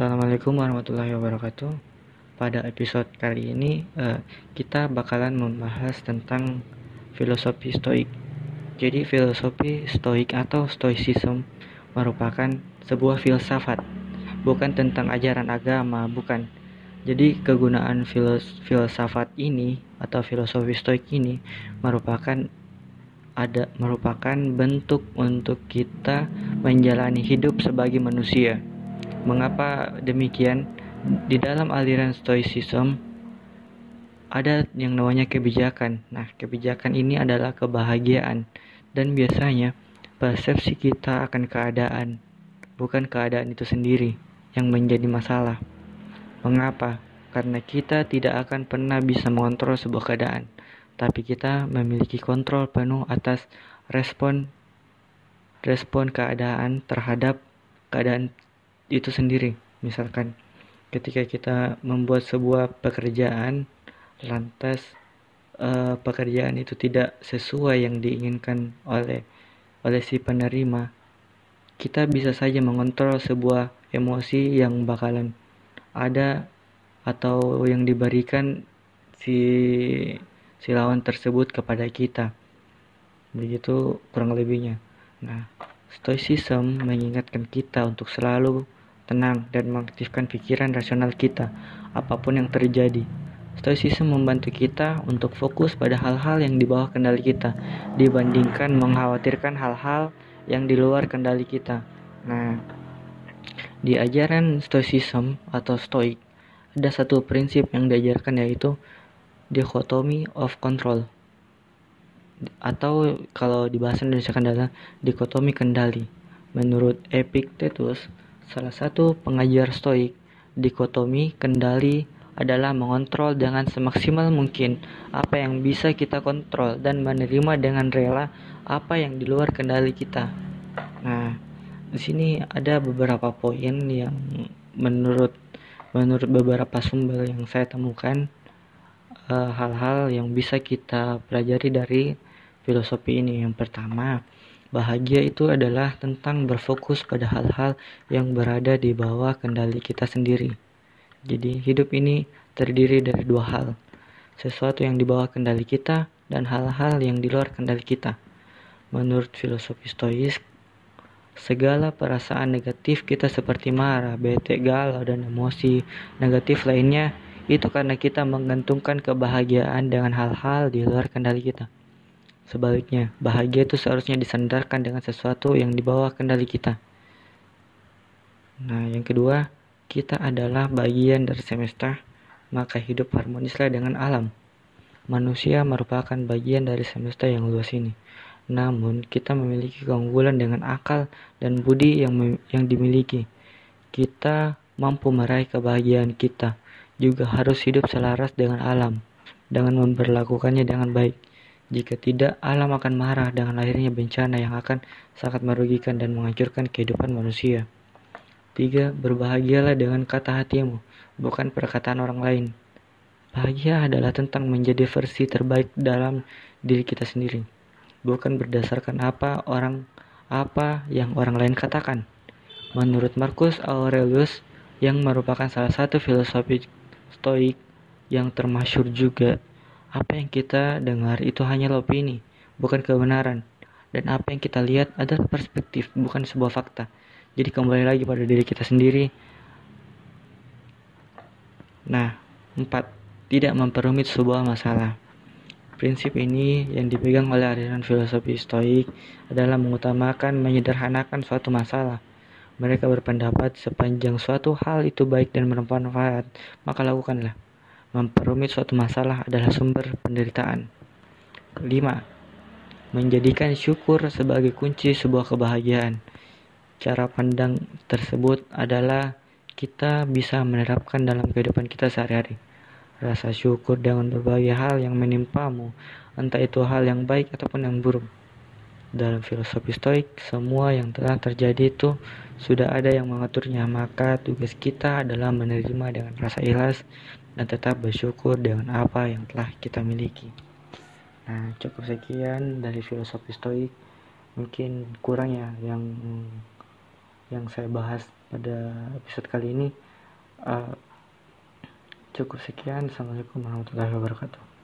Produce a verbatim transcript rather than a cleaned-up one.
Assalamualaikum warahmatullahi wabarakatuh. Pada episode kali ini eh, kita bakalan membahas tentang filosofi stoik. Jadi filosofi stoik atau stoicism merupakan sebuah filsafat, bukan tentang ajaran agama, bukan. Jadi kegunaan filos- filsafat ini atau filosofi stoik ini merupakan ada merupakan bentuk untuk kita menjalani hidup sebagai manusia. Mengapa demikian? Di dalam aliran Stoicism ada yang namanya kebijakan. Nah, kebijakan ini adalah kebahagiaan dan biasanya persepsi kita akan keadaan, bukan keadaan itu sendiri yang menjadi masalah. Mengapa? Karena kita tidak akan pernah bisa mengontrol sebuah keadaan, tapi kita memiliki kontrol penuh atas respon respon keadaan terhadap keadaan itu sendiri. Misalkan ketika kita membuat sebuah pekerjaan, lantas eh, pekerjaan itu tidak sesuai yang diinginkan oleh oleh si penerima, kita bisa saja mengontrol sebuah emosi yang bakalan ada atau yang diberikan si si lawan tersebut kepada kita. Begitu kurang lebihnya. Nah, Stoicism mengingatkan kita untuk selalu tenang dan mengaktifkan pikiran rasional kita apapun yang terjadi. Stoicism membantu kita untuk fokus pada hal-hal yang di bawah kendali kita dibandingkan mengkhawatirkan hal-hal yang di luar kendali kita. Nah, di ajaran Stoicism atau Stoik ada satu prinsip yang diajarkan, yaitu dichotomy of control, atau kalau di bahasa Indonesia adalah dikotomi kendali. Menurut Epictetus, salah satu pengajar Stoik, dikotomi kendali adalah mengontrol dengan semaksimal mungkin apa yang bisa kita kontrol dan menerima dengan rela apa yang di luar kendali kita. Nah, di sini ada beberapa poin yang menurut menurut beberapa sumber yang saya temukan, uh, hal-hal yang bisa kita pelajari dari filosofi ini. Yang pertama, bahagia itu adalah tentang berfokus pada hal-hal yang berada di bawah kendali kita sendiri. Jadi hidup ini terdiri dari dua hal, sesuatu yang di bawah kendali kita dan hal-hal yang di luar kendali kita. Menurut filosofi Stois, segala perasaan negatif kita seperti marah, bete, galau, dan emosi negatif lainnya itu karena kita menggantungkan kebahagiaan dengan hal-hal di luar kendali kita. Sebaliknya, bahagia itu seharusnya disandarkan dengan sesuatu yang di bawah kendali kita. Nah, yang kedua, kita adalah bagian dari semesta, maka hidup harmonislah dengan alam. Manusia merupakan bagian dari semesta yang luas ini. Namun, kita memiliki keunggulan dengan akal dan budi yang yang dimiliki. Kita mampu meraih kebahagiaan kita, juga harus hidup selaras dengan alam, dengan memperlakukannya dengan baik. Jika tidak, alam akan marah dengan lahirnya bencana yang akan sangat merugikan dan menghancurkan kehidupan manusia. Tiga, berbahagialah dengan kata hatimu, bukan perkataan orang lain. Bahagia adalah tentang menjadi versi terbaik dalam diri kita sendiri, bukan berdasarkan apa orang apa yang orang lain katakan. Menurut Marcus Aurelius, yang merupakan salah satu filosofi Stoik yang termasyhur juga, apa yang kita dengar itu hanyalah opini, bukan kebenaran. Dan apa yang kita lihat adalah perspektif, bukan sebuah fakta. Jadi kembali lagi pada diri kita sendiri. Nah, empat, tidak memperumit sebuah masalah. Prinsip ini yang dipegang oleh aliran filosofi Stoik adalah mengutamakan menyederhanakan suatu masalah. Mereka berpendapat sepanjang suatu hal itu baik dan bermanfaat, maka lakukanlah. Memperumit suatu masalah adalah sumber penderitaan. Lima, menjadikan syukur sebagai kunci sebuah kebahagiaan. Cara pandang tersebut adalah kita bisa menerapkan dalam kehidupan kita sehari-hari. Rasa syukur dengan berbagai hal yang menimpamu, entah itu hal yang baik ataupun yang buruk. Dalam filosofi Stoik, semua yang telah terjadi itu sudah ada yang mengaturnya, maka tugas kita adalah menerima dengan rasa ikhlas dan tetap bersyukur dengan apa yang telah kita miliki. Nah, cukup sekian dari filosofi Stoik. Mungkin kurang ya yang yang saya bahas pada episode kali ini. Uh, cukup sekian. Assalamualaikum warahmatullahi wabarakatuh.